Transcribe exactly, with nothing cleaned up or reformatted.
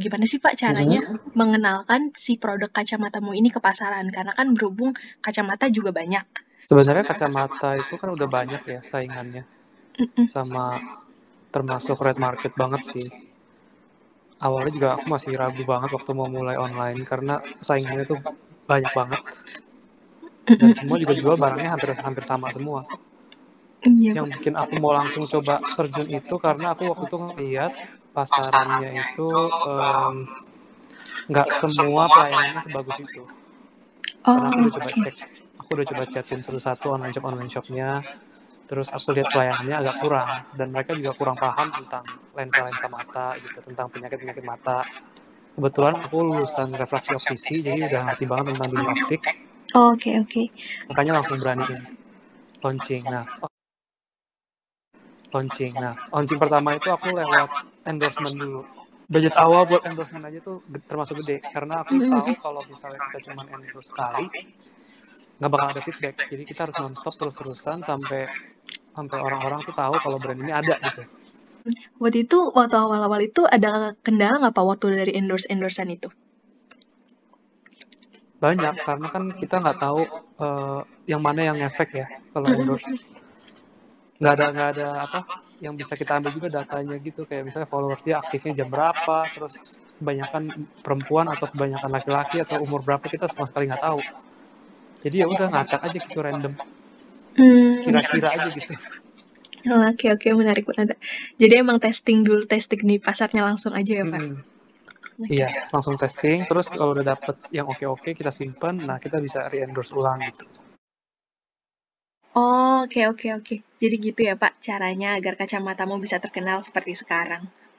gimana sih Pak caranya Mhm. mengenalkan si produk kacamatamu ini ke pasaran? Karena kan berhubung kacamata juga banyak. Sebenarnya kacamata itu kan udah banyak ya saingannya, Mhm. sama termasuk red market banget sih. Awalnya juga aku masih ragu banget waktu mau mulai online karena saingannya tuh banyak banget dan Mhm. semua juga jual barangnya hampir hampir sama semua. Iya Yang Pak. bikin aku mau langsung coba terjun itu karena aku waktu itu ngeliat pasarannya itu em, nggak semua pelayanannya sebagus itu. Karena aku Oh, udah coba oke. cek, aku udah coba chatin satu-satu online shop online shopnya, terus aku lihat pelayanannya agak kurang dan mereka juga kurang paham tentang lensa-lensa mata gitu, tentang penyakit-penyakit mata. Kebetulan aku lulusan refraksi optisi, jadi udah ngerti banget tentang dunia optik, Oke, oke. makanya langsung beraniin launching. Nah, launching. Nah, launching pertama itu aku lewat endorsement dulu. Budget awal buat endorsement aja tuh termasuk gede, karena aku tahu Mhm. kalau misalnya kita cuma endorse sekali, nggak bakal ada feedback. Jadi kita harus nonstop terus-terusan sampai sampai orang-orang tuh tahu kalau brand ini ada gitu. Waktu itu, waktu awal-awal itu ada kendala nggak Pak waktu dari endorse-endorsean itu? Banyak, karena kan kita nggak tahu uh, yang mana yang efek ya kalau endorse. Mhm. Nggak ada nggak ada apa yang bisa kita ambil juga datanya gitu, kayak misalnya followers dia aktifnya jam berapa, terus kebanyakan perempuan atau kebanyakan laki-laki atau umur berapa kita sama sekali nggak tahu. Jadi ya udah ngacak aja gitu random, Hmm. kira-kira aja gitu. Oh, oke, oke, menarik banget. Jadi emang testing dulu, testing di pasarnya langsung aja ya Pak? Mm-mm. Oke. Iya, langsung testing, terus kalau udah dapet yang oke-oke kita simpen, nah kita bisa re-endorse ulang gitu. Oh, oke, oke, oke. Jadi gitu ya Pak caranya agar kacamatamu bisa terkenal seperti sekarang.